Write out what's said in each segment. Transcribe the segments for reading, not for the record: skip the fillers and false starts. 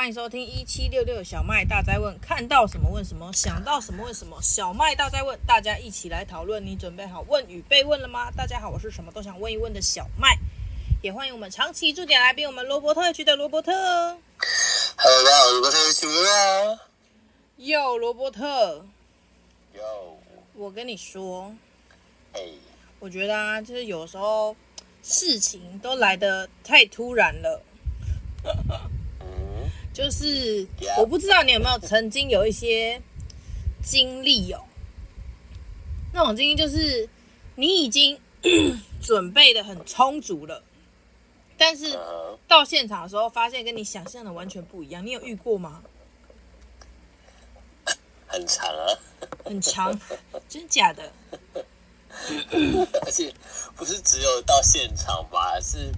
欢迎收听1766小麦大哉问，看到什么问什么，想到什么问什么，小麦大哉问，大家一起来讨论。你准备好问与被问了吗？大家好，我是什么都想问一问的小麦，也欢迎我们长期驻点来宾，我们罗伯特区的罗伯特。 Hello， 大家好，罗伯特区啊。 哟，罗伯特。 哟。 我跟你说，我觉得就是有时候事情都来得太突然了。就是我不知道你有没有曾经有一些经历哦，那种经历就是你已经准备的很充足了，但是到现场的时候发现跟你想象的完全不一样。你有遇过吗？ 很长啊， 很长，真假的？ 而且不是只有到现场吧，是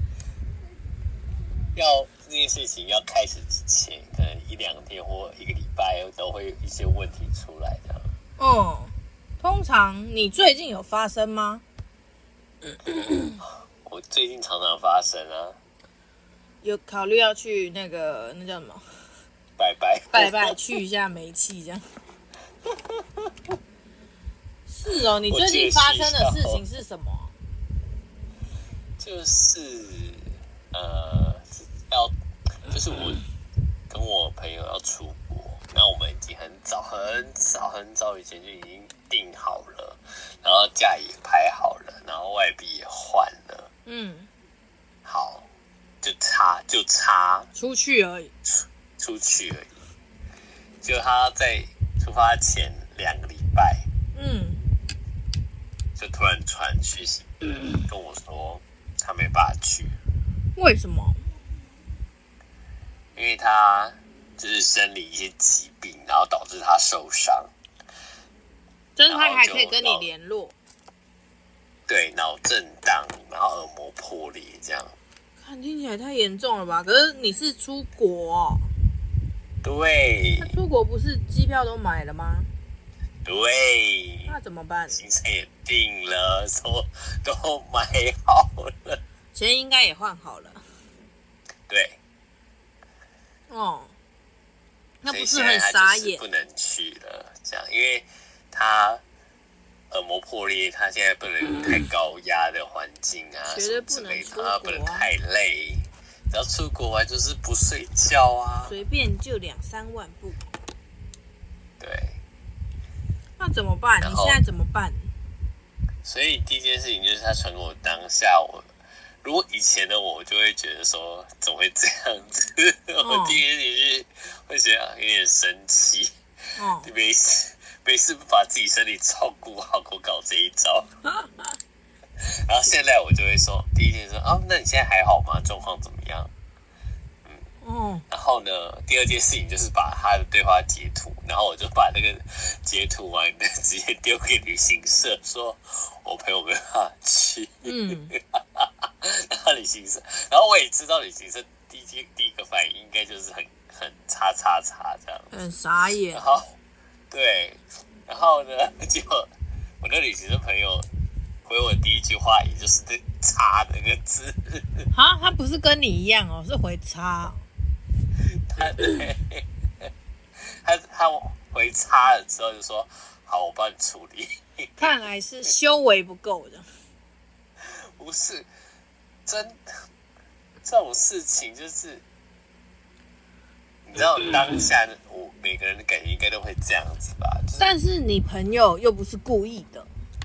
要这件事情要开始之前，可能1-2天或1个礼拜都会有一些问题出来的。 通常你最近有发生吗？ 我最近常常发生啊。 有考虑要去那叫什么？ 拜拜，去一下煤气这样。是哦，你最近发生的事情是什么？ 就是就是我跟我朋友要出国，那我们已经很早以前就已经订好了，然后假也排好了，然后外币也换了，好，就差出去而已， 就他在出发前2个礼拜，就突然传讯息跟我说他没办法去。 为什么？ 因为他就是生理一些疾病，然后导致他受伤。 但是他还可以跟你联络。 对，脑震荡，然后耳膜破裂这样。 看听起来太严重了吧？可是你是出国哦。 对。 那出国不是机票都买了吗？ 对。 那怎么办？ 行程也定了，都买好了， 钱应该也换好了。 对。 那不是很傻眼？ 不能去了，这样，因为他耳膜破裂，他现在不能太高压的环境啊， 绝对不能出国他不能太累，只要出国玩就是不睡觉啊， 随便就2-3万步。 对。 那怎么办？你现在怎么办？ 所以第一件事情就是他传给我当下，如果以前的我就会觉得说怎么会这样子，我第一件事情是会觉得有点生气，没事不把自己身体照顾好，给我搞这一招。然后现在我就会说，第一件事那你现在还好吗？状况怎么样？然后呢，第二件事情就是把他的对话截图，然后我就把那个截图完的直接丢给旅行社，说我朋友没办法去。然后旅行社，然后我也知道旅行社第一个反应应该就是很叉这样，很傻眼。 然后对，然后呢，结果我的旅行社朋友回我第一句话，也就是那“叉”那个字。 他不是跟你一样哦，是回叉。 他回叉了之后就说：“好，我帮你处理。” 看来是修为不够的。 不是，真的，这种事情就是，你知道当下我每个人的感觉应该都会这样子吧？ 但是你朋友又不是故意的。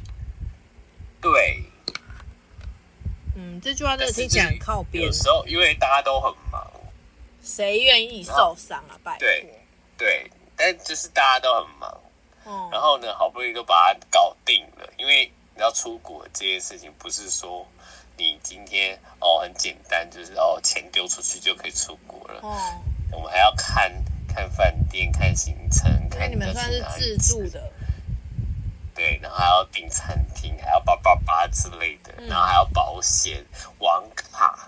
对。 这句话真的听起来很靠边。 有时候因为大家都很忙。 谁愿意受伤啊？拜托。 对，但就是大家都很忙，然后呢，好不容易都把它搞定了。因为你要出国这件事情，不是说你今天很简单，就是钱丢出去就可以出国了。我们还要看饭店、看行程，看你们算是自助的。 对，然后还要订餐厅，还要888之类的，然后还要保险、网卡。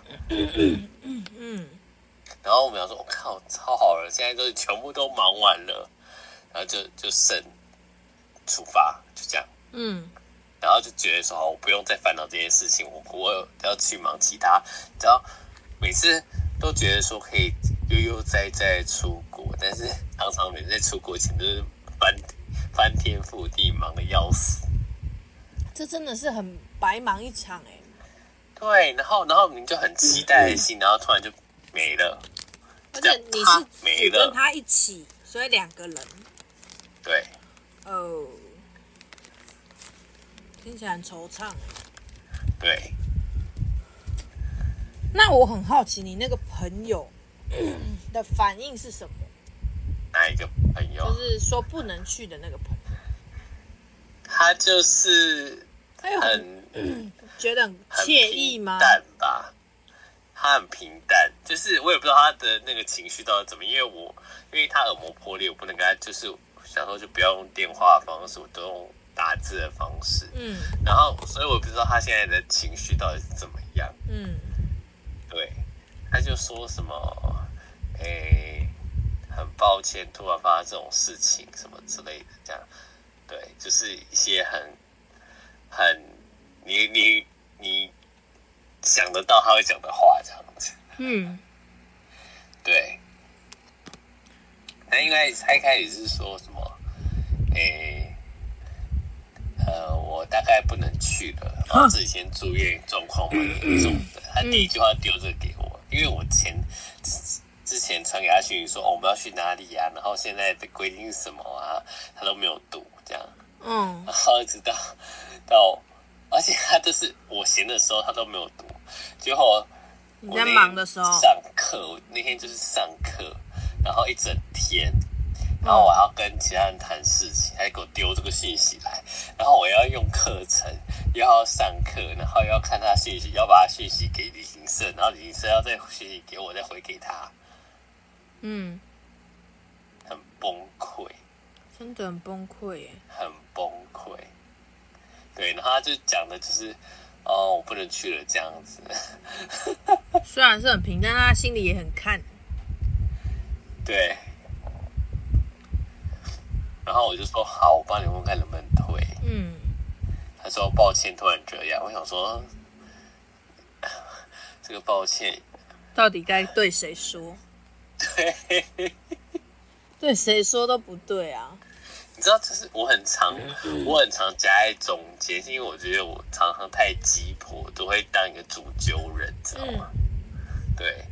然后我们想说，我靠，超好了，现在都全部都忙完了，然后就剩出发，就这样。然后就觉得说，我不用再烦恼这件事情，我要去忙其他，只要每次都觉得说可以悠悠哉哉出国，但是常常每次在出国前都是翻天覆地，忙得要死。 这真的是很白忙一场哎。 对，然后你就很期待的心，然后突然就没了。 而且你是只跟他一起，所以2个人。 对。 哦，听起来很惆怅。 对。 那我很好奇，你那个朋友的反应是什么？ 哪一个朋友？ 就是说不能去的那个朋友。 他就是很觉得很惬意吗？ 很平淡吧，他很平淡，就是我也不知道他的那个情绪到底怎么，因为他耳膜破裂，我不能跟他，就是想说就不要用电话的方式，我都用打字的方式。然后所以我不知道他现在的情绪到底是怎么样。对，他就说什么，很抱歉，突然发生这种事情什么之类的，这样。对，就是一些很你想得到他会讲的话这样子。对。那因为他一开始是说什么，我大概不能去了，然后自己先住院，状况蛮严重的。他第一句话丢这个给我，因为我之前传给他讯息说，我们要去哪里啊，然后现在的规定是什么啊，他都没有读这样。然后一直到，而且他就是我闲的时候他都没有读，结果你在忙的时候上课，我那天就是上课，然后一整天，然后我要跟其他人谈事情，还给我丢这个讯息来，然后我要用课程，又要上课，然后又要看他讯息，要把他讯息给旅行社，然后旅行社要再讯息给我，再回给他。很崩溃， 真的很崩溃耶， 很崩溃。对，然后他就讲的就是，我不能去了这样子。 虽然是很平淡，但他心里也很看。 对。然后我就说好，我帮你问看能不能退。他说抱歉，突然这样，我想说，这个抱歉到底该对谁说？ 对。 对谁说都不对啊！ 你知道，这是我很常加在中间，因为我觉得我常常太鸡婆，都会当一个主揪人，知道吗？对。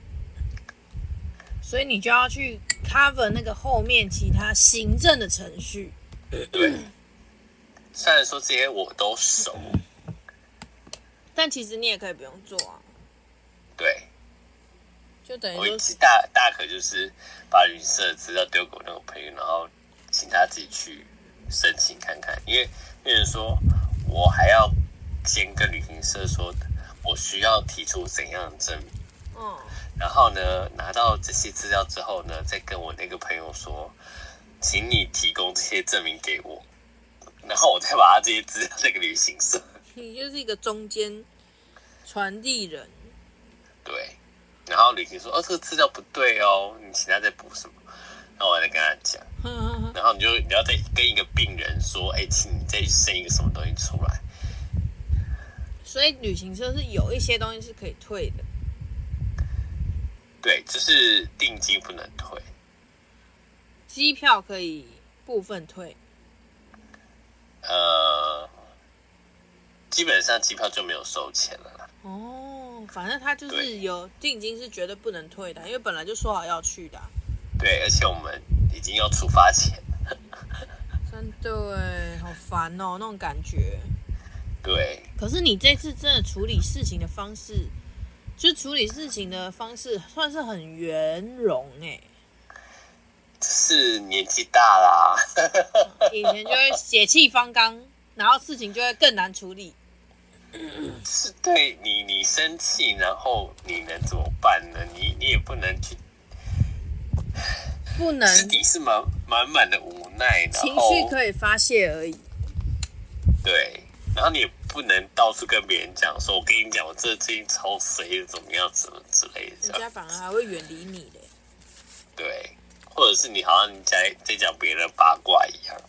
所以你就要去 cover 那个后面其他行政的程序。 对。虽然说这些我都熟， 但其实你也可以不用做啊。 对。 就等于我一直大可就是把旅行社的资料丢给我那个朋友，然后请他自己去申请看看，因为有人说我还要先跟旅行社说我需要提出怎样的证明，然后呢拿到这些资料之后呢，再跟我那个朋友说，请你提供这些证明给我，然后我再把他这些资料再给旅行社。 你就是一个中间传递人。 对。然后旅行说，这个资料不对哦，你请他再补什么？然后我再跟他讲，然后你要再跟一个病人说，请你再生一个什么东西出来。 所以旅行社是有一些东西是可以退的。 对，就是定金不能退， 机票可以部分退。 基本上机票就没有收钱了啦。 反正他就是有定金是绝对不能退的，因为本来就说好要去的。 对，而且我们已经要出发前了。 真的耶，好烦哦，那种感觉。 对。 可是你这次真的处理事情的方式，就是处理事情的方式算是很圆融哎。 是年纪大啦。 以前就会血气方刚，然后事情就会更难处理。 是对你生气，然后你能怎么办呢？你也不能去， 不能， 你是满满的无奈，然后情绪可以发泄而已。 对，然后你也不能到处跟别人讲说，我跟你讲，我最近超衰，怎么样，怎么之类的， 人家反而还会远离你的。 对，或者是你好像你在讲别人八卦一样。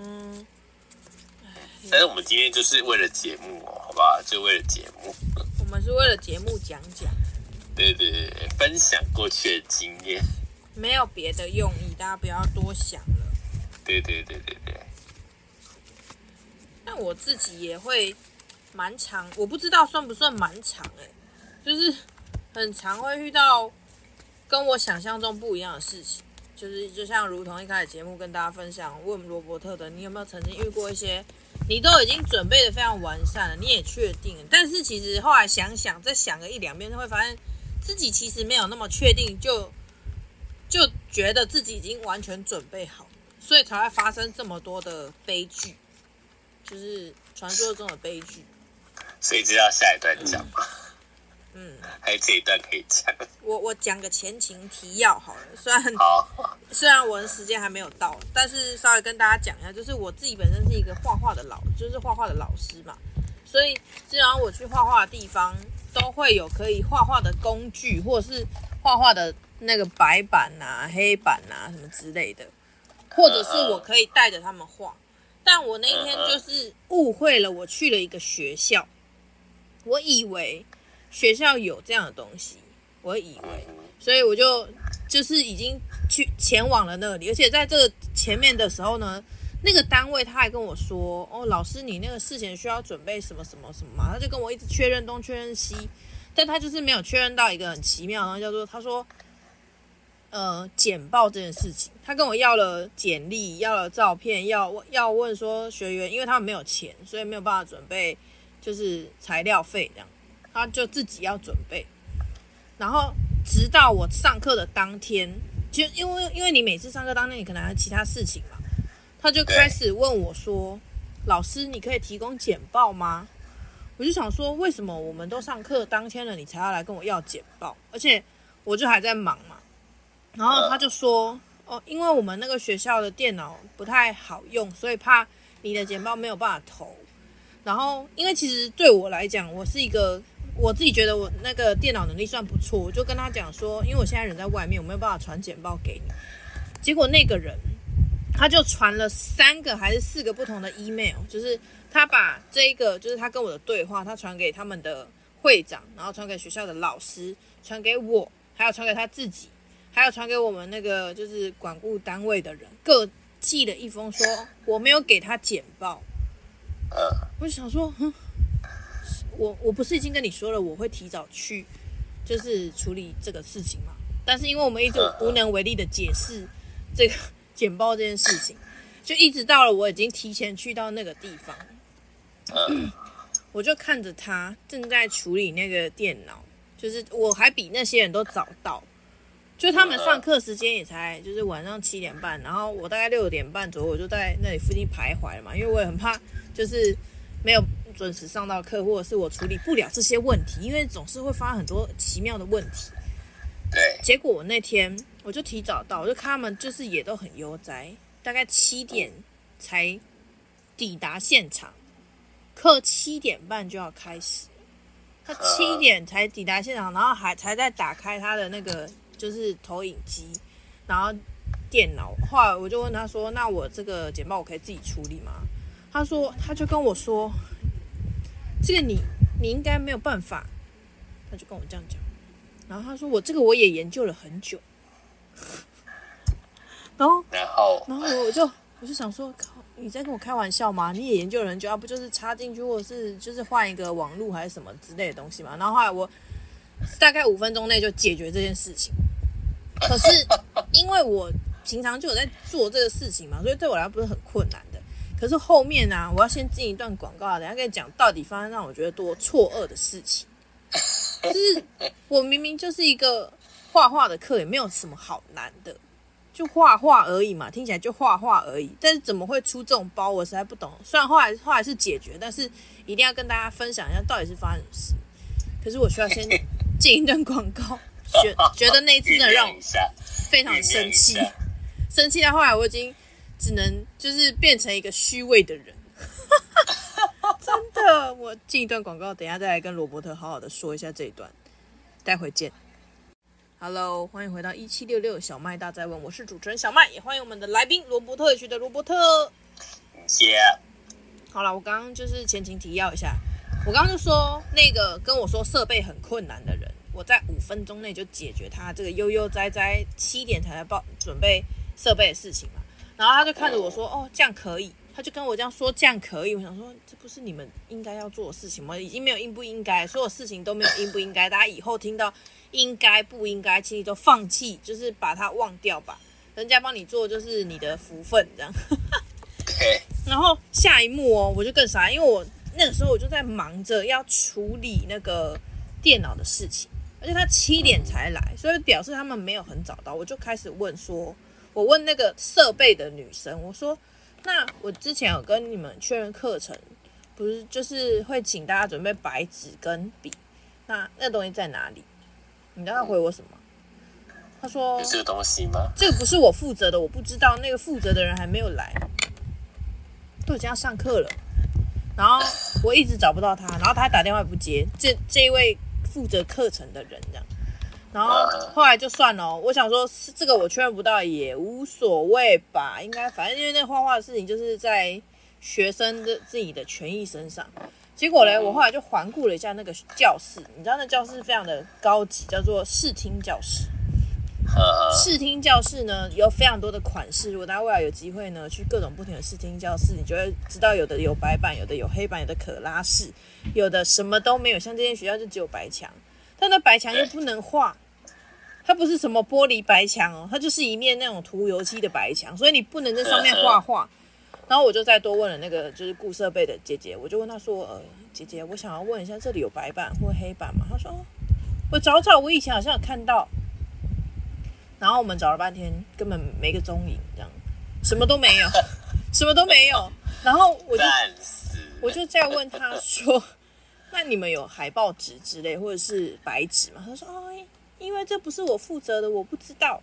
但是我们今天就是为了节目好不好？就为了节目。 我们是为了节目讲讲。 对对对，分享过去的经验， 没有别的用意，大家不要多想了。 对对对对对。 但我自己也会蛮常，我不知道算不算蛮常就是很常会遇到跟我想象中不一样的事情。就像如同一开始节目跟大家分享，问罗伯特的，你有没有曾经遇过一些你都已经准备的非常完善了，你也确定了，但是其实后来想想，再想个一两遍，就会发现自己其实没有那么确定，就觉得自己已经完全准备好，所以才会发生这么多的悲剧，就是传说中的悲剧。 所以这要下一段讲吗？还有这一段可以讲。 我讲个前情提要好了，虽然我的时间还没有到，但是稍微跟大家讲一下，就是我自己本身是一个画画的老师嘛，所以基本上我去画画的地方都会有可以画画的工具，或者是画画的那个白板啊、黑板啊什么之类的，或者是我可以带着他们画。但我那一天就是误会了，我去了一个学校，我以为学校有这样的东西，所以我就是已经前往了那里，而且在这个前面的时候呢，那个单位他还跟我说，老师你那个事前需要准备什么什么什么嘛，他就跟我一直确认东确认西，但他就是没有确认到一个很奇妙的东西，叫做他说简报这件事情，他跟我要了简历，要了照片，要问说学员，因为他们没有钱，所以没有办法准备就是材料费这样，他就自己要准备。然后直到我上课的当天，就因为你每次上课当天你可能还有其他事情嘛，他就开始问我说，老师你可以提供简报吗？我就想说，为什么我们都上课当天了，你才要来跟我要简报？而且我就还在忙嘛。然后他就说，因为我们那个学校的电脑不太好用，所以怕你的简报没有办法投。然后因为其实对我来讲，我自己觉得我那个电脑能力算不错，我就跟他讲说，因为我现在人在外面，我没有办法传简报给你。结果那个人他就传了3个还是4个不同的 email， 就是他把这个就是他跟我的对话，他传给他们的会长，然后传给学校的老师，传给我，还有传给他自己，还有传给我们那个就是管顾单位的人，各寄了一封说我没有给他简报。我就想说，我不是已经跟你说了，我会提早去就是处理这个事情嘛？但是因为我们一直无能为力的解释这个简报这件事情，就一直到了我已经提前去到那个地方，我就看着他正在处理那个电脑，就是我还比那些人都早到，就他们上课时间也才就是晚上7点半，然后我大概6点半左右我就在那里附近徘徊了嘛，因为我也很怕就是没有准时上到课，或者是我处理不了这些问题，因为总是会发生很多奇妙的问题。 对， 结果我那天我就提早到，我就看他们就是也都很悠哉，大概7点才抵达现场，课7点半就要开始，他7点才抵达现场，然后才在打开他的那个就是投影机，然后电脑。后来我就问他说：“那我这个简报我可以自己处理吗？”他就跟我说：“这个你应该没有办法。”他就跟我这样讲。然后他说：“我也研究了很久。”然后我就想说，靠，你在跟我开玩笑吗？你也研究了很久，不就是插进去，或者是就是换一个网路还是什么之类的东西嘛？然后后来我大概5分钟内就解决这件事情。可是因为我平常就有在做这个事情嘛，所以对我来说不是很困难的。可是后面啊，我要先进一段广告，等一下跟你讲到底发生让我觉得多错愕的事情。就是我明明就是一个画画的课，也没有什么好难的，就画画而已嘛，听起来就画画而已。但是怎么会出这种包，我实在不懂。虽然后来是解决，但是一定要跟大家分享一下到底是发生什么事。可是我需要先进一段广告，觉得那一次真的让我非常生气，生气到后来我已经只能就是变成一个虚伪的人。真的，我进一段广告，等一下再来跟罗伯特好好的说一下这一段，待会见。Hello， 欢迎回到1766小麦大在问，我是主持人小麦，也欢迎我们的来宾罗伯特区的罗伯特。好了，我刚刚就是前情提要一下，我刚刚就说那个跟我说设备很困难的人， 我在5分钟内就解决他这个悠悠哉哉7点才来准备设备的事情嘛。然后他就看着我说：“哦，这样可以。”他就跟我这样说：“这样可以。”我想说，这不是你们应该要做的事情吗？已经没有应不应该，所有事情都没有应不应该。大家以后听到应该不应该，其实都放弃，就是把它忘掉吧。人家帮你做就是你的福分，这样。 对。 然后下一幕我就更傻，因为我那个时候我就在忙着要处理那个电脑的事情，而且他7点才来，所以表示他们没有很早到。我就开始问说，我问那个设备的女生，我说：“那我之前有跟你们确认课程，不是就是会请大家准备白纸跟笔，那东西在哪里？”你知道他回我什么？他说：“ 有这个东西吗？ 这个不是我负责的，我不知道，那个负责的人还没有来，都已经要上课了。”然后我一直找不到他，然后他还打电话也不接，这一位负责课程的人这样。然后后来就算了，我想说这个我确认不到也无所谓吧，应该反正因为那画画的事情就是在学生的自己的权益身上。结果呢，我后来就环顾了一下那个教室，你知道那教室非常的高级，叫做视听教室。视听教室呢有非常多的款式，如果大家未来有机会呢去各种不同的视听教室，你就会知道有的有白板，有的有黑板，有的可拉式，有的什么都没有，像这间学校就只有白墙，但那白墙又不能画，它不是什么玻璃白墙哦，它就是一面那种涂油漆的白墙，所以你不能在上面画画。然后我就再多问了那个就是顾设备的姐姐，我就问她说姐姐，我想要问一下这里有白板或黑板吗？她说我找，我以前好像有看到。然后我们找了半天，根本没个踪影，这样什么都没有，什么都没有。然后我就再问他说：“那你们有海报纸之类，或者是白纸吗？”他说：“因为这不是我负责的，我不知道。”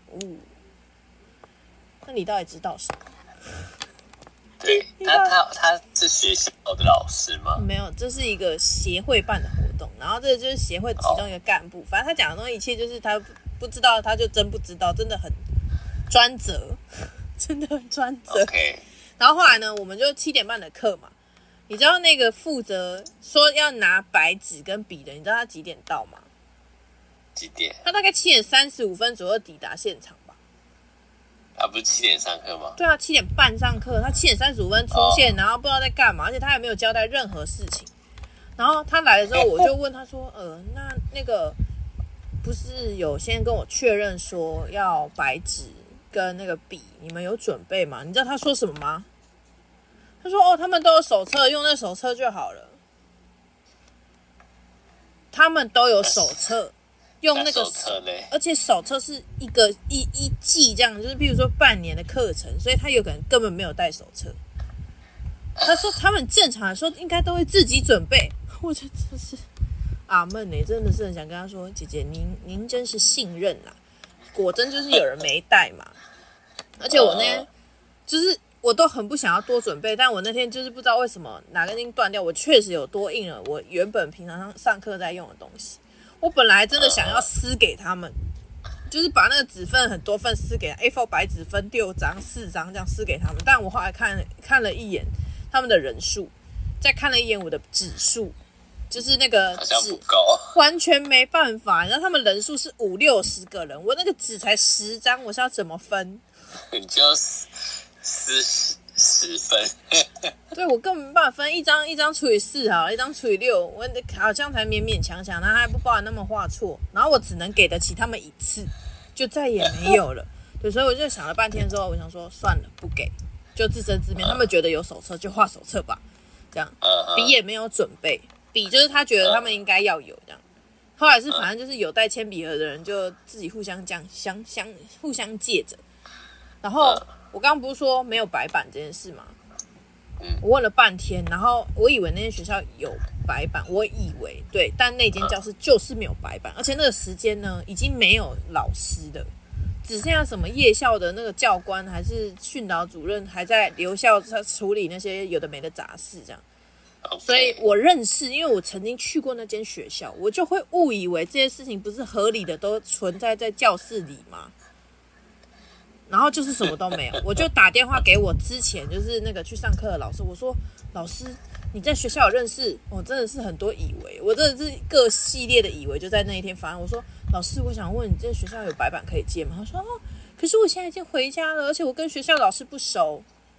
那你到底知道什么？ 对，他是学校的老师吗？ 没有，这是一个协会办的活动，然后这就是协会其中一个干部。反正他讲的东西，一切就是他不知道，他就真不知道，真的很专责，真的很专责。 Okay. 然后后来呢，我们就7点半的课嘛，你知道那个负责说要拿白纸跟笔的，你知道他几点到吗？ 几点？ 他大概7点35分左右抵达现场吧。 不是7点上课吗？ 对啊，7点半上课，他7点35分出现，然后不知道在干嘛，而且他也没有交代任何事情。然后他来了之后，我就问他说：“那个不是有先跟我确认说要白纸跟那个笔，你们有准备吗？”你知道他说什么吗？他说：“他们都有手册，用那手册就好了。他们都有手册。”用那个手册嘞， 而且手册是一季这样，就是譬如说半年的课程，所以他有可能根本没有带手册。他说他们正常的时候应该都会自己准备，我觉得真是阿闷欸，真的是很想跟他说，姐姐您真是信任啦，果真就是有人没带嘛。而且我那天就是我都很不想要多准备，但我那天就是不知道为什么哪根筋断掉，我确实有多印了我原本平常上课在用的东西。我本来真的想要撕给他们，就是把那个纸份很多份撕给 A4 白纸分6张4张这样撕给他们，但我后来看了一眼他们的人数，再看了一眼我的指数，就是那个纸完全没办法，你知道他们人数是50-60个人，我那个纸才10张，我是要怎么分？ 你就撕10分， 对，我根本没办法分，一张除以4好了，一张除以6，我好像才勉勉强强，然后还不包含那么画错，然后我只能给得起他们一次，就再也没有了。对，所以我就想了半天之后，我想说算了，不给，就自生自灭。他们觉得有手册就画手册吧，这样笔也没有准备，笔就是他觉得他们应该要有这样。后来是反正就是有带铅笔盒的人就自己互相互相借着，然后。我刚刚不是说没有白板这件事吗？我问了半天，然后我以为那间学校有白板，我以为对，但那间教室就是没有白板，而且那个时间呢已经没有老师的，只剩下什么夜校的那个教官还是训导主任还在留校处理那些有的没的杂事这样。所以我认识，因为我曾经去过那间学校，我就会误以为这些事情不是合理的都存在在教室里吗？然后就是什么都没有，我就打电话给我之前就是那个去上课的老师，我说老师， 你在学校有认识？我真的是很多以为，我真的是各系列的以为就在那一天发生。我说老师，我想问你，这学校有白板可以借吗？他说哦，可是我现在已经回家了，而且我跟学校老师不熟。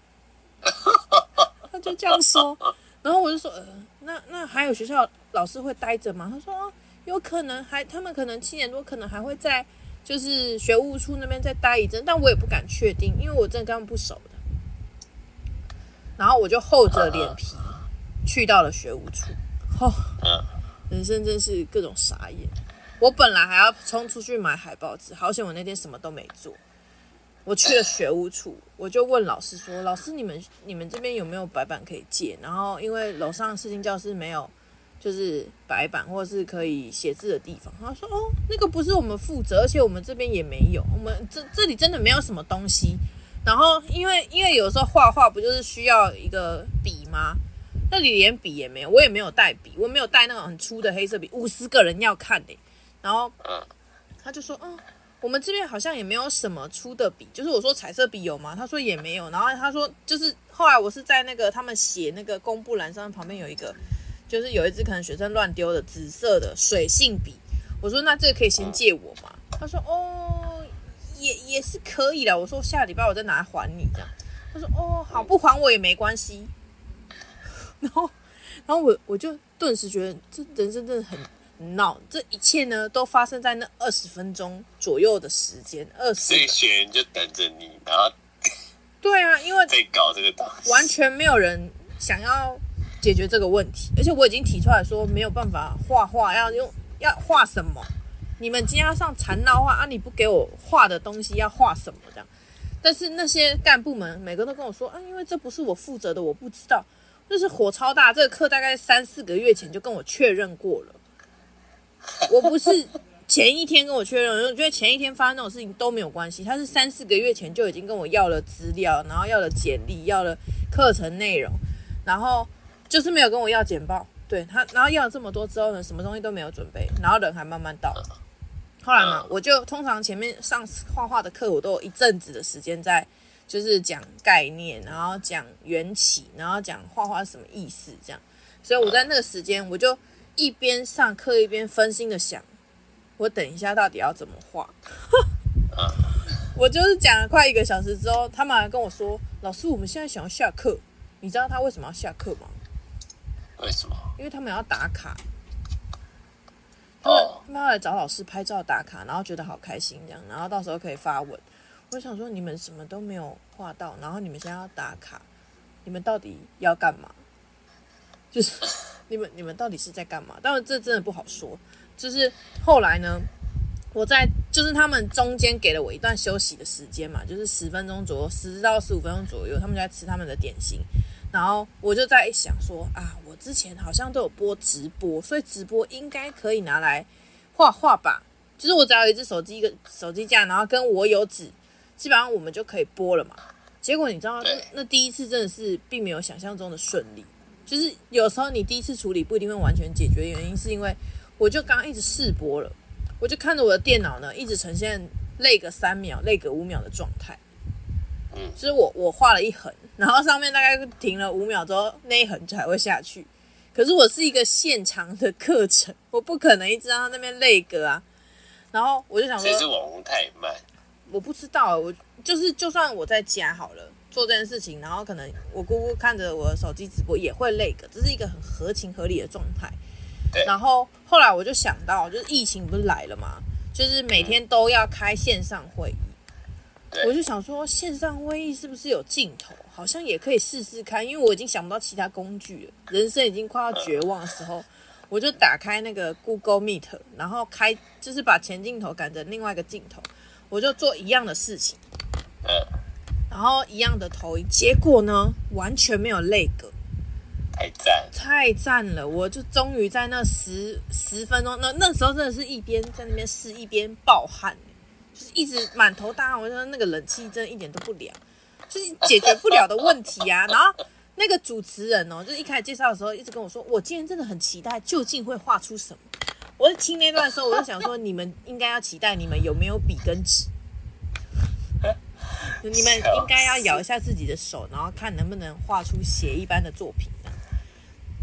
他就这样说，然后我就说那还有学校老师会待着吗？他说哦，有可能他们可能7点多可能还会在就是学务处那边再待一阵，但我也不敢确定，因为我真的跟他们不熟的。然后我就厚着脸皮去到了学务处，人生真是各种傻眼。我本来还要冲出去买海报纸，好险我那天什么都没做。我去了学务处，我就问老师说：“老师，你们这边有没有白板可以借？”然后因为楼上视听教室没有就是白板或是可以写字的地方，他说：“哦，那个不是我们负责，而且我们这边也没有，我们这里真的没有什么东西。”然后因为有时候画画不就是需要一个笔吗？那里连笔也没有，我也没有带笔，我没有带那种很粗的黑色笔，50个人要看的。然后他就说：“我们这边好像也没有什么粗的笔，就是我说彩色笔有吗？他说也没有。然后他说就是后来我是在那个他们写那个公布栏上旁边有一个，就是有一支可能学生乱丢的紫色的水性笔。我说那这个可以先借我吗？他说哦，也是可以的。我说下礼拜我再拿来还你这样。他说哦好，不还我也没关系。然后我就顿时觉得这人生真的很闹，这一切呢都发生在那20分钟左右的时间，20。 所以学员就等着你，然后对啊，因为在搞这个东西， 完全没有人想要解决这个问题，而且我已经提出来说没有办法画画，要画什么？你们今天要上缠绕画啊，你不给我画的东西要画什么这样？但是那些干部们每个都跟我说啊，因为这不是我负责的，我不知道。就是火超大，这个课大概3-4个月前就跟我确认过了。我不是前一天跟我确认，我觉得前一天发生那种事情都没有关系。他是3-4个月前就已经跟我要了资料，然后要了简历，要了课程内容，然后就是没有跟我要简报。对他，然后要了这么多之后呢，什么东西都没有准备，然后人还慢慢到。后来嘛，我就通常前面上画画的课，我都有一阵子的时间在。就是讲概念，然后讲缘起，然后讲画画是什么意思，这样。所以我在那个时间，我就一边上课一边分心的想，我等一下到底要怎么画。我就是讲了快1个小时之后，他们还跟我说：“老师，我们现在想要下课。”你知道他为什么要下课吗？ 为什么？ 因为他们要打卡。他们要来找老师拍照打卡，然后觉得好开心这样，然后到时候可以发文。我想说，你们什么都没有画到，然后你们现在要打卡，你们到底要干嘛？就是你们到底是在干嘛？当然这真的不好说。就是后来呢，就是他们中间给了我一段休息的时间嘛，就是10分钟左右，10到15分钟左右，他们就在吃他们的点心。然后我就在想说啊，我之前好像都有播直播，所以直播应该可以拿来画画吧。就是我只要有一只手机，一个手机架，然后跟我有纸。基本上我们就可以播了嘛。结果你知道，那第一次真的是并没有想象中的顺利。就是有时候你第一次处理不一定会完全解决，原因是因为我就刚刚一直试播了，我就看着我的电脑呢，一直呈现累个3秒、累个5秒的状态。就是我画了一横，然后上面大概停了5秒之后，那一横才会下去。可是我是一个现场的课程，我不可能一直让他那边累个啊。然后我就想说， 其实网络太慢。 我不知道，我就是就算我在家好了做这件事情，然后可能我姑姑看着我的手机直播也会累个，这是一个很合情合理的状态。然后后来我就想到，就是疫情不是来了嘛，就是每天都要开线上会议，我就想说线上会议是不是有镜头，好像也可以试试看，因为我已经想不到其他工具了，人生已经快要绝望的时候，我就打开那个 Google Meet， 然后就是把前镜头改成另外一个镜头。我就做一样的事情，然后一样的投影，结果呢完全没有累个，太赞了！我就终于在那10分钟，那时候真的是一边在那边试一边暴汗，就是一直满头大汗。我说那个冷气真的一点都不凉，就是解决不了的问题啊。然后那个主持人哦，就是一开始介绍的时候一直跟我说，我今天真的很期待究竟会画出什么。我在听那段的时候，我就想说，你们应该要期待你们有没有笔跟纸，你们应该要咬一下自己的手，然后看能不能画出血一般的作品。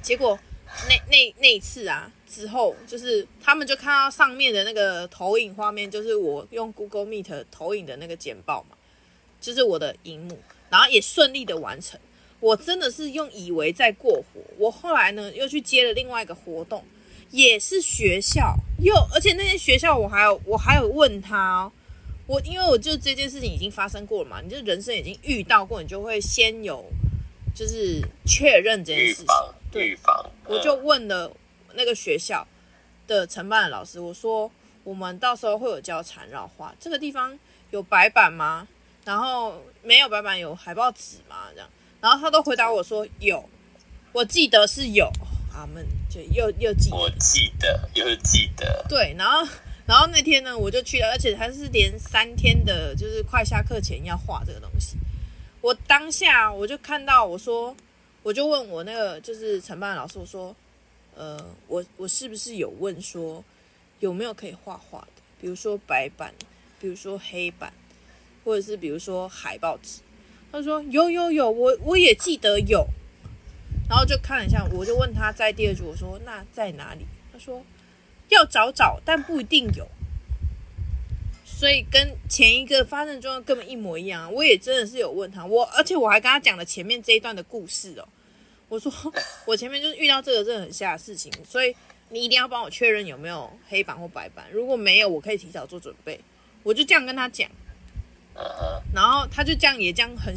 结果那一次啊，之后就是他们就看到上面的那个投影画面，就是我用 Google Meet 投影的那个简报嘛，就是我的荧幕，然后也顺利的完成。我真的是以为在过火。我后来呢又去接了另外一个活动，也是学校，而且那些学校我还有问他哦，因为我就这件事情已经发生过了嘛，你就人生已经遇到过，你就会先有就是确认这件事情， 预防。 我就问了那个学校的承办的老师，我说我们到时候会有教缠绕画，这个地方有白板吗？然后没有白板有海报纸吗？这样，然后他都回答我说有，我记得是有。他们就又记得， 我记得又记得。 对，然后那天呢，我就去了，而且还是连3天的，就是快下课前要画这个东西。我当下我就看到，我就问我那个就是承办的老师，我说，我是不是有问说有没有可以画画的，比如说白板，比如说黑板，或者是比如说海报纸？他说有，我也记得有。然后就看了一下，我就问他在第二句，我说那在哪里？他说要找，但不一定有。所以跟前一个发生的状况根本一模一样。我也真的是有问他，而且我还跟他讲了前面这一段的故事哦。我说我前面就是遇到这个真的很瞎的事情，所以你一定要帮我确认有没有黑板或白板，如果没有，我可以提早做准备。我就这样跟他讲，然后他就这样很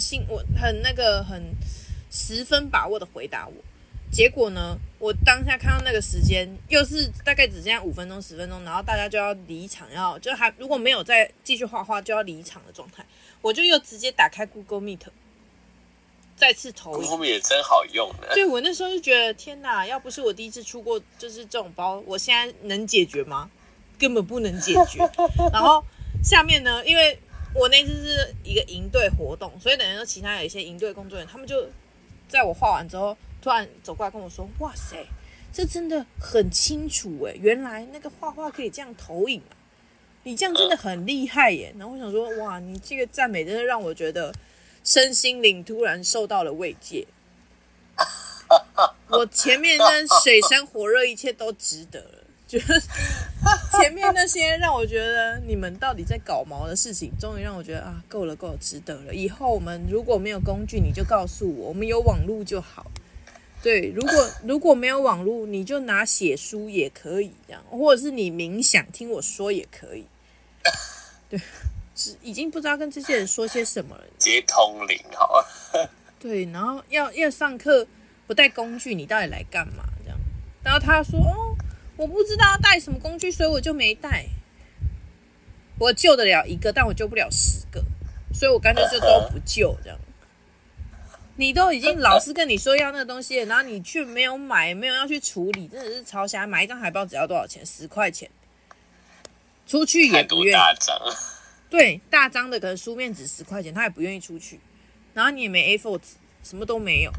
10分把握的回答我。结果呢，我当下看到那个时间又是大概只剩下5分钟10分钟，然后大家就要离场，如果没有再继续画画就要离场的状态，我就又直接打开 Google Meet 再次投影。 Google Meet 也真好用的。 对，我那时候就觉得天哪，要不是我第一次出过就是这种包，我现在能解决吗？根本不能解决。然后下面呢，因为我那次是一个营队活动，所以等于说其他有一些营队工作人员，他们就在我画完之后突然走过来跟我说，哇塞，这真的很清楚耶，原来那个画画可以这样投影啊，你这样真的很厉害耶。然后我想说，哇，你这个赞美真的让我觉得身心灵突然受到了慰藉。我前面那水深火热一切都值得了，就是前面那些让我觉得你们到底在搞毛的事情，终于让我觉得啊，够了，值得了。以后我们如果没有工具，你就告诉我，我们有网路就好。对，如果没有网路，你就拿写书也可以，这样，或者是你冥想听我说也可以。对，已经不知道跟这些人说些什么了。 接通灵好了。 对，然后要上课不带工具，你到底来干嘛？这样，然后他说我不知道要带什么工具，所以我就没带。我救得了1个，但我救不了10个，所以我干脆就都不救这样。你都已经老师跟你说要那个东西了，然后你却没有买，没有要去处理，真的是超瞎。买一张海报只要多少钱？10块钱，出去也不愿意。 大张， 对，大张的可能书面纸10块钱，他也不愿意出去。然后你也没 A4 纸，什么都没有。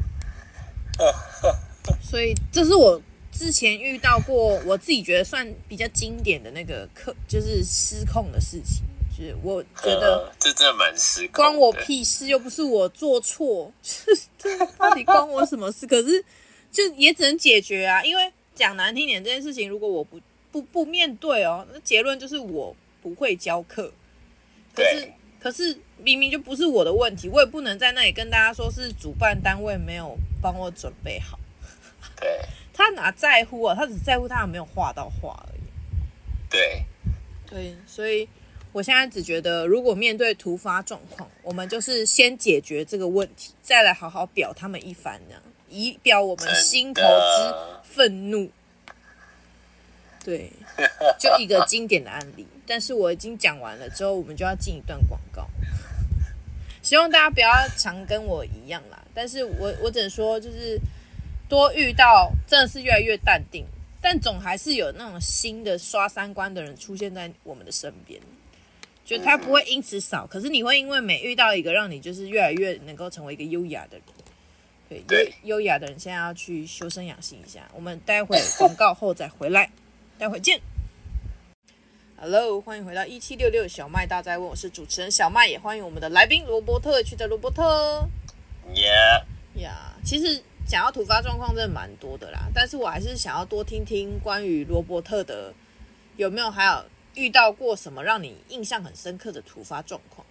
所以这是我之前遇到过我自己觉得算比较经典的那个就是失控的事情。就是我觉得这真的蛮失控的， 关我屁事，又不是我做错，这到底关我什么事？可是就也只能解决啊，因为讲难听点，这件事情如果我不面对哦，那结论就是我不会教课。可是明明就不是我的问题，我也不能在那里跟大家说是主办单位没有帮我准备好。 对， 他哪在乎啊？他只在乎他有没有画到画而已。对，所以我现在只觉得，如果面对突发状况，我们就是先解决这个问题，再来好好表他们一番，这样以表我们心头之愤怒。对，就一个经典的案例。但是我已经讲完了之后，我们就要进一段广告。希望大家不要常跟我一样啦，但是我只能说，就是多遇到真的是越来越淡定，但总还是有那种新的刷3观的人出现在我们的身边。就他不会因此少，可是你会因为每遇到一个让你就是越来越能够成为一个优雅的人。对，优雅的人现在要去修身养性一下。我们待会广告后再回来，待会见。Hello， 欢迎回到1766小麦大哉问，我是主持人小麦，也欢迎我们的来宾罗伯特区的罗伯特。 Yeah， 其实讲到突发状况真的蛮多的啦，但是我还是想要多听听关于罗伯特的，有没有还有遇到过什么让你印象很深刻的突发状况？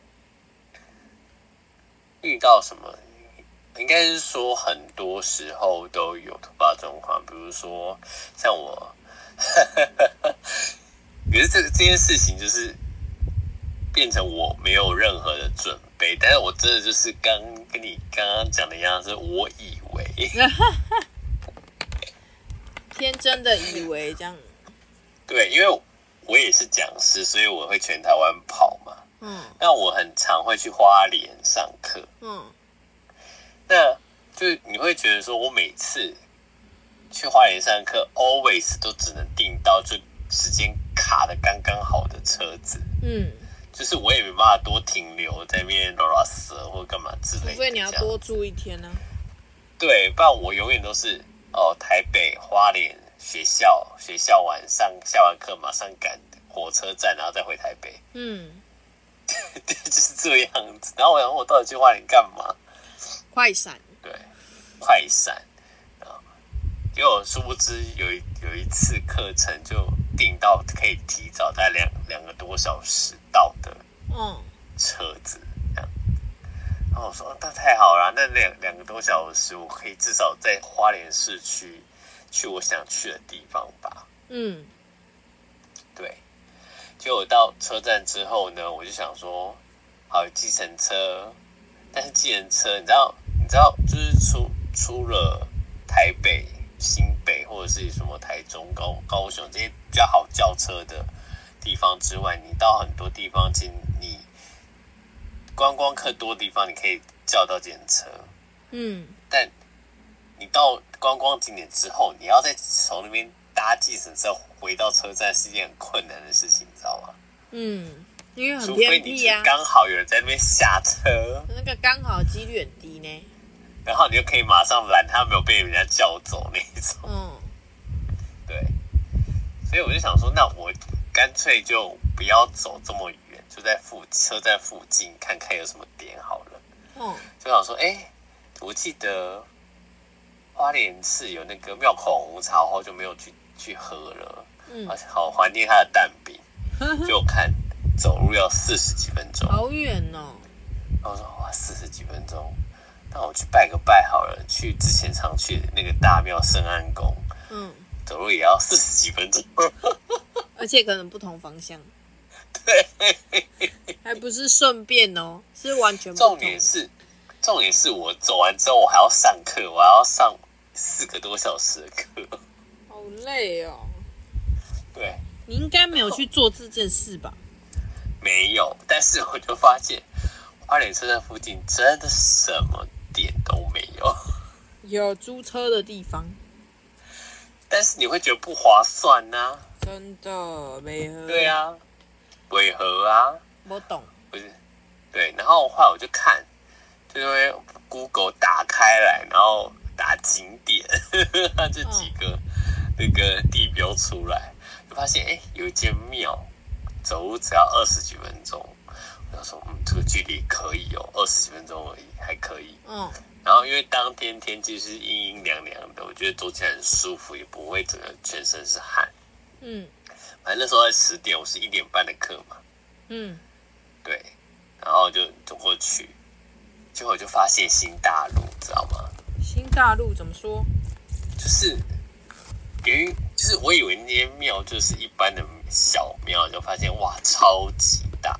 遇到什么？ 应该是说很多时候都有突发状况，比如说像我，可是这件事情就是变成我没有任何的准备，但是我真的就是跟你刚刚讲的一样，是我以为天真的以为这样。 对，因为我也是讲师，所以我会全台湾跑嘛。那我很常会去花莲上课。那就你会觉得说，我每次去花莲上课 ，always 都只能订到就时间卡的刚刚好的车子。就是我也没办法多停留在那边拉拉舌或干嘛之类的， 除非你要多住一天呢。 对，不然我永远都是台北花莲学校完下完课马上赶火车站，然后再回台北。对，就是这样子。然后我想，我到底去花莲干嘛？ 快闪。对， 快闪。结果殊不知有一次课程就订到可以提早大概两个多小时到的车子，这样。然后我说那太好了，那两个多小时我可以至少在花莲市区去我想去的地方吧。对。结果到车站之后呢，我就想说，好，计程车，但是计程车你知道就是出了台北、新北或者是什么台中、高雄这些比较好叫车的地方之外，你到很多地方，其实你观光客多的地方，你可以叫到计程车。但你到观光景点之后，你要再从那边搭计程车回到车站是一件很困难的事情，你知道吗？ 因为很偏僻啊， 刚好有人在那边下车， 那个刚好几率很低呢。 然后你就可以马上拦他，没有被人家叫走那一种。对，所以我就想说，那我干脆就不要走这么远，就在车站附近看看有什么点好了。就想说，我记得花莲市有那个庙口红茶，后就没有去喝了。好怀念它的蛋饼。就看走路要40几分钟， 好远哦。 然后我说哇，40几分钟，那我去拜个拜好了。去之前常去的那个大庙圣安宫，走路也要40几分钟， 而且可能不同方向。 对， 还不是顺便哦，是完全不同。 重点是我走完之后，我还要上课，我还要上4个多小时的课， 好累哦。 对。 你应该没有去做这件事吧？ 没有，但是我就发现花莲车站附近真的什么店都没有， 有租车的地方， 但是你会觉得不划算啊。 真的，没合。 对啊，违和啊。 我懂。 不是，对，然后后来我就看，就是会 Google 打开来，然后打景点，它这几个那个地标出来。就发现有一间庙，走路只要20几分钟。我想说，这个距离可以20几分钟而已，还可以。然后因为当天天气是阴阴凉凉的，我觉得走起来很舒服，也不会整个全身是汗。反正那时候在10点，我是1点半的课嘛。对，然后就走过去，结果我就发现新大陆，知道吗？ 新大陆怎么说？ 就是我以为那间庙就是一般的小庙，就发现哇超级大。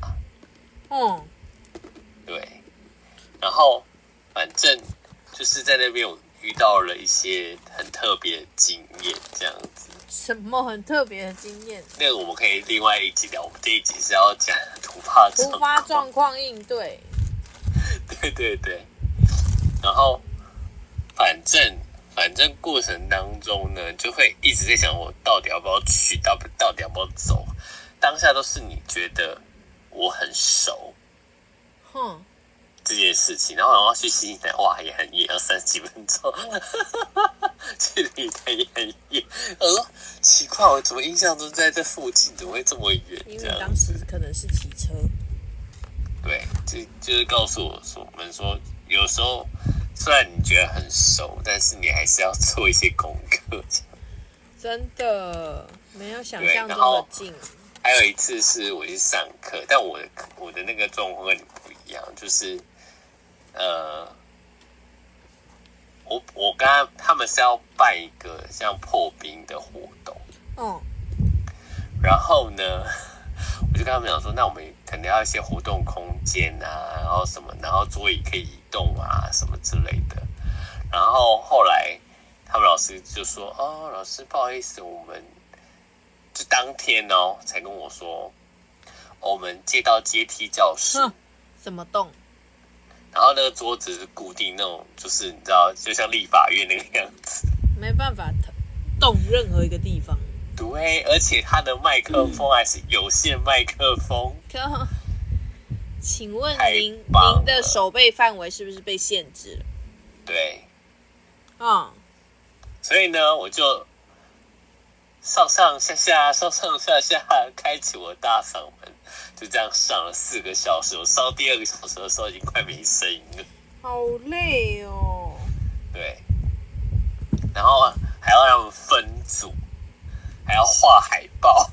对，然后反正就是在那边我遇到了一些很特别的经验，这样子。 什么很特别的经验？ 那个我们可以另外一集聊。我们这一集是要讲突发状况应对。 对。然后反正过程当中呢，就会一直在想我到底要不要去，到底要不要走。当下都是你觉得我很熟，这件事情，然后我要去西南，哇，也很远，要30几分钟，距离也很远。我说奇怪，我怎么印象中在这附近，怎么会这么远？ 因为当时可能是骑车。 对，就是告诉我们说，有时候虽然你觉得很熟，但是你还是要做一些功课。 真的没有想象中的近。 还有一次是我去上课，但我的那个状况跟你不一样，就是我跟他们是要办一个像破冰的活动，然后呢，我就跟他们讲说，那我们可能要一些活动空间啊，然后什么，然后桌椅可以移动啊，什么之类的。然后后来他们老师就说，哦，老师不好意思，我们就当天才跟我说，我们接到阶梯教室， 怎么动？ 然后那个桌子是固定那种，就是你知道，就像立法院那个样子， 没办法动任何一个地方。 对，而且它的麦克风还是有线麦克风。 请问您的手背范围是不是被限制了？ 对，所以呢，我就上上下下开启我的大嗓门，就这样上了4个小时。我上第2个小时的时候已经快没声音了， 好累哦。 对，然后还要让他们分组，还要画海报，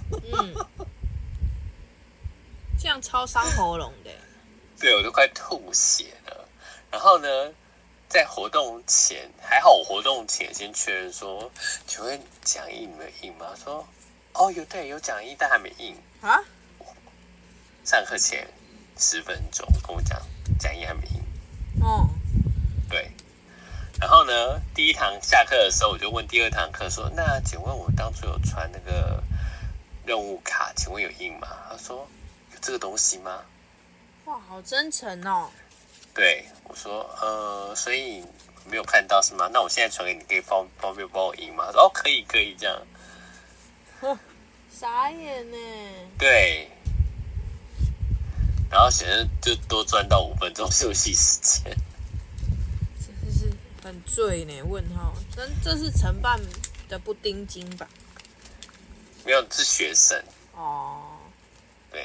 这样超伤喉咙的。 对，我都快吐血了。然后呢，在活动前，还好我活动前先确认说，请问讲义你们有印吗？说有讲义，但还没印啊。上课前10分钟跟我讲讲义还没印。对。然后呢，第1堂下课的时候，我就问第2堂课说，那请问我当初有传那个任务卡，请问有印吗？他说有这个东西吗？ 哇，好真诚哦。 对，我说所以没有看到是吗？那我现在传给你，可以方便帮我印吗？他说可以这样。 傻眼呢。 对，然后显然就多赚到5分钟休息时间。 真的是很醉呢？问号，这是承办的不丁金吧？ 没有，是学生。对，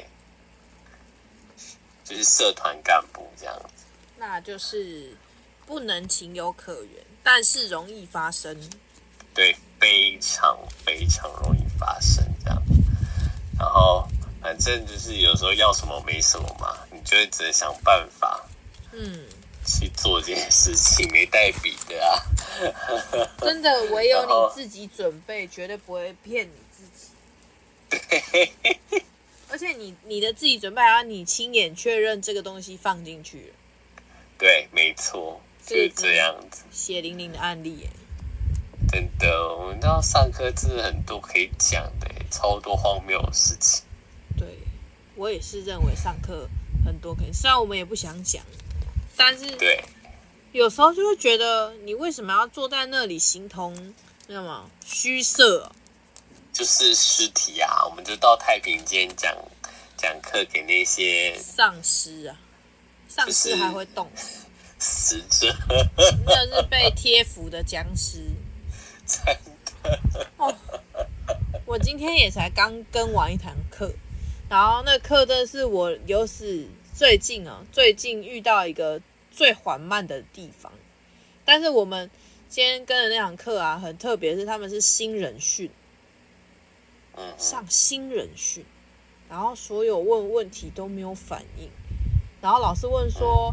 就是社团干部这样子。 那就是不能情有可原，但是容易发生。 对，非常非常容易发生这样。然后反正就是有时候要什么没什么嘛，你就会只能想办法，去做这件事情，没带笔的啊。 真的，唯有你自己准备，绝对不会骗你自己。 对。 而且你的自己准备，还要你亲眼确认这个东西放进去了。 对，没错，就是这样子。 血淋淋的案例耶。 真的，我们要上课真的很多可以讲的，超多荒谬的事情。 对，我也是认为上课很多可以，虽然我们也不想讲，但是对， 有时候就会觉得你为什么要坐在那里形同那么虚设？ 就是尸体啊，我们就到太平间讲课给那些丧尸啊，丧尸还会动， 死者， 那是被贴符的僵尸。 真的。 我今天也才刚跟完一堂课，然后那课真的是我有史最近遇到一个最缓慢的地方。但是我们今天跟的那堂课啊，很特别，是他们是新人训。上新人训，然后所有问题都没有反应，然后老师问说，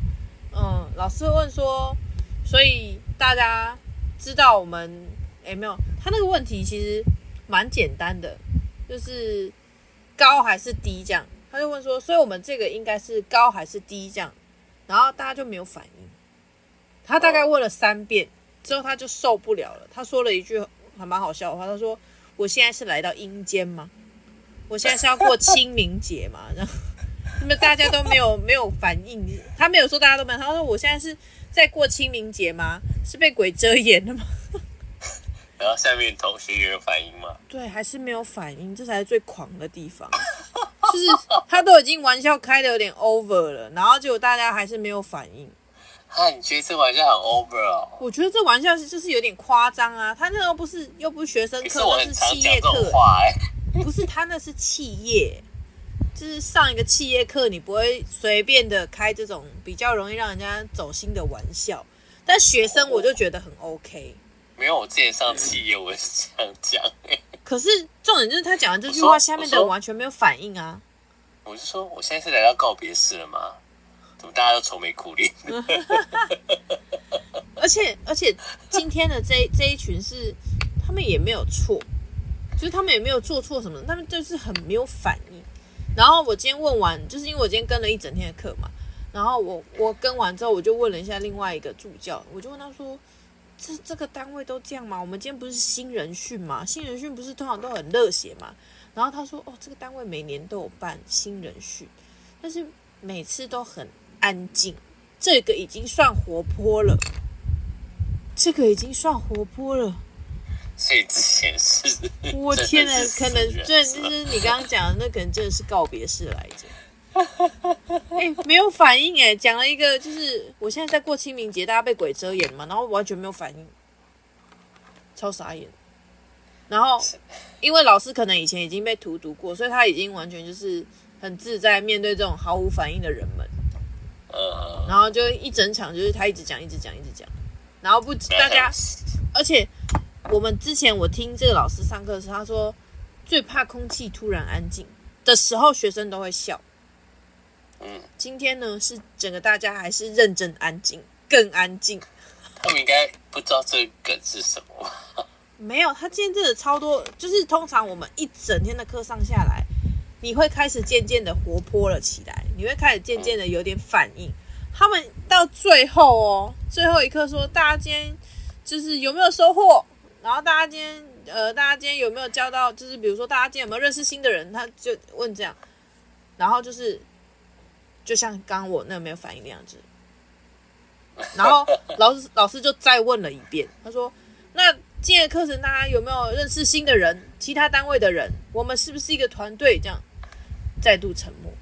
所以大家知道我们没有，他那个问题其实蛮简单的，就是高还是低这样，他就问说，所以我们这个应该是高还是低这样，然后大家就没有反应，他大概问了3遍之后他就受不了了，他说了一句还蛮好笑的话，他说，我现在是来到阴间吗？我现在是要过清明节吗？然后那么大家都没有反应，他没有说大家都没有，他说我现在是在过清明节吗？是被鬼遮眼了吗？ 然后下面同学有反应吗？ 对，还是没有反应，这才是最狂的地方。就是他都已经玩笑开的有点 over 了，然后结果大家还是没有反应。 你觉得这玩笑很 over 哦？ 我觉得这玩笑就是有点夸张啊！他那又不是学生课，那是企业课。不是，他那是企业，就是上一个企业课，你不会随便的开这种比较容易让人家走心的玩笑。 但学生我就觉得很 OK。 没有，我之前上企业我也是这样讲。 可是重点就是他讲完这句话，下面的人完全没有反应啊。 我就说，我现在是来到告别式了吗？怎么大家都愁眉苦脸？ 而且今天的这一群是他们也没有错，就是他们也没有做错什么，他们就是很没有反应。然后我今天问完，就是因为我今天跟了一整天的课嘛，然后我跟完之后，我就问了一下另外一个助教，我就问他说。这个单位都这样吗？我们今天不是新人训吗？新人训不是通常都很热血吗？然后他说，这个单位每年都有办新人训，但是每次都很安静。这个已经算活泼了，所以之前是， 我天哪，可能就是你刚刚讲的，那可能真的是告别式来着。没有反应讲了一个就是我现在在过清明节，大家被鬼遮眼嘛，然后完全没有反应，超傻眼。然后因为老师可能以前已经被荼毒过，所以他已经完全就是很自在面对这种毫无反应的人们。然后就一整场就是他一直讲，然后大家，而且我们之前我听这个老师上课的时候，他说最怕空气突然安静的时候，学生都会笑。今天呢是整个大家还是认真安静，更安静。 他们应该不知道这个梗是什么。 没有，他今天真的超多，就是通常我们一整天的课上下来，你会开始渐渐的活泼了起来，你会开始渐渐的有点反应。他们到最后一刻说，大家今天就是有没有收获？然后大家今天有没有交到？就是比如说大家今天有没有认识新的人？他就问这样，然后就像刚刚我那个没有反应的样子，然后老师就再问了一遍，他说：“那今天的课程大家有没有认识新的人？其他单位的人，我们是不是一个团队？”这样再度沉默，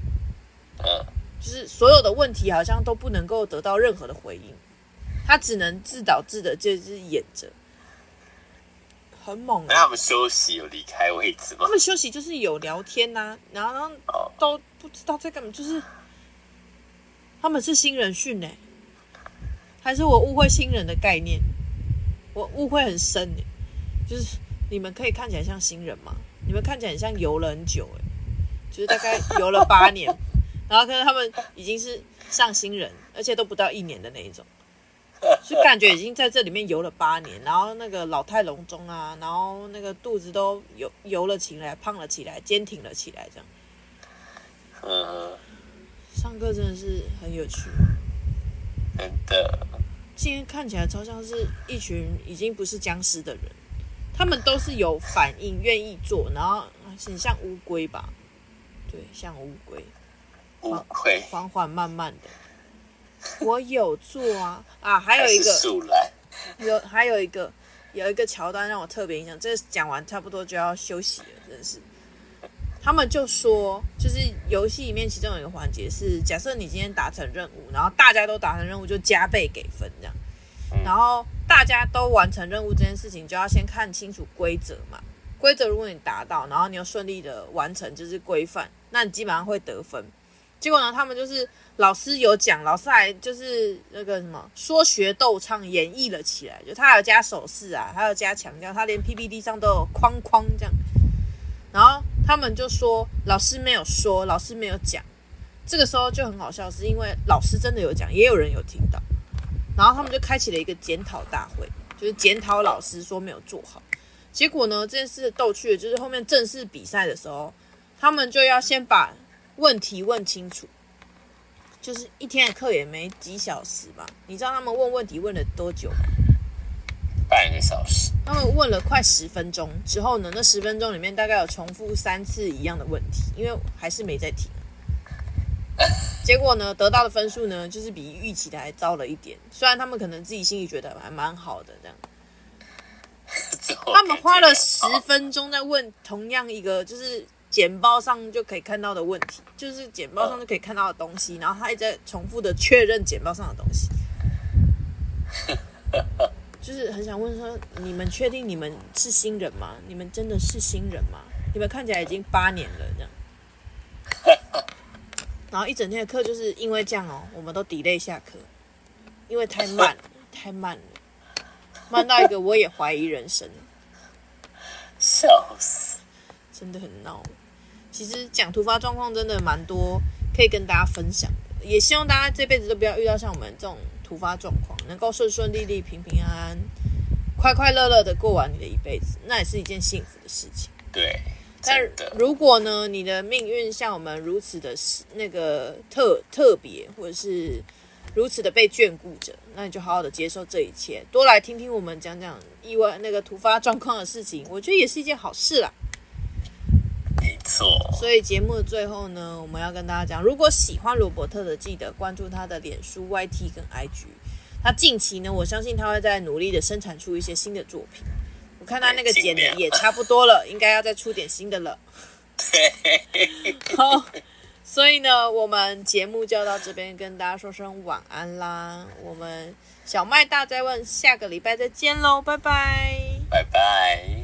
就是所有的问题好像都不能够得到任何的回应，他只能自导自的就是演着，很猛。 那他们休息有离开位置吗？ 他们休息就是有聊天啊，然后都不知道在干嘛，就是他们是新人训还是我误会新人的概念？我误会很深就是你们可以看起来像新人吗？你们看起来很像游了很久就是大概游了8年，然后可能他们已经是上新人，而且都不到1年的那一种，就感觉已经在这里面游了8年，然后那个老态龙钟啊，然后那个肚子都游了起来，胖了起来，坚挺了起来，这样。上课真的是很有趣， 真的。 今天看起来超像是一群已经不是僵尸的人，他们都是有反应，愿意做，然后很像乌龟吧？对，像乌龟，缓缓慢慢的。我有做啊，还有一个还有一个桥段让我特别印象，这讲完差不多就要休息了，真的是。他们就说，就是游戏里面其中有一个环节是，假设你今天达成任务，然后大家都达成任务就加倍给分这样，然后大家都完成任务这件事情，就要先看清楚规则嘛。规则如果你达到，然后你又顺利的完成，就是规范，那你基本上会得分。结果呢，他们就是老师有讲，老师还就是那个什么说学逗唱演绎了起来，就他还有加手势啊，还有加强调，他连 PPT 上都有框框这样。然后他们就说老师没有说，老师没有讲。这个时候就很好笑，是因为老师真的有讲，也有人有听到。然后他们就开启了一个检讨大会，就是检讨老师说没有做好。结果呢，这件事逗趣的就是后面正式比赛的时候，他们就要先把问题问清楚。就是一天的课也没几小时吧？你知道他们问问题问了多久吗？ 半个小时。 他们问了快10分钟之后呢，那10分钟里面大概有重复3次一样的问题，因为还是没在停。结果呢，得到的分数呢，就是比预期的还糟了一点。虽然他们可能自己心里觉得还蛮好的，这样。他们花了10分钟在问同样一个，就是简报上就可以看到的问题，就是简报上就可以看到的东西，然后他一直在重复的确认简报上的东西。就是很想问说，你们确定你们是新人吗？你们真的是新人吗？你们看起来已经8年了这样。然后一整天的课就是因为这样我们都 delay 下课，因为太慢了。 太慢了，慢到一个我也怀疑人生， 笑死， 真的很闹。其实讲突发状况真的蛮多可以跟大家分享的，也希望大家这辈子都不要遇到像我们这种突发状况，能够顺顺利利、平平安安、快快乐乐的过完你的一辈子，那也是一件幸福的事情。 对。 但如果呢，你的命运像我们如此的那个特别，或者是如此的被眷顾着，那你就好好的接受这一切，多来听听我们讲讲意外那个突发状况的事情，我觉得也是一件好事啦。 没错。 所以节目的最后呢，我们要跟大家讲，如果喜欢罗伯特的，记得关注他的脸书、YT 跟 IG。他近期呢，我相信他会在努力的生产出一些新的作品。我看他那个剪的也差不多了，应该要再出点新的了。 对。 好，所以呢，我们节目就到这边跟大家说声晚安啦。我们小麦大哉问下个礼拜再见喽，拜拜， 拜拜。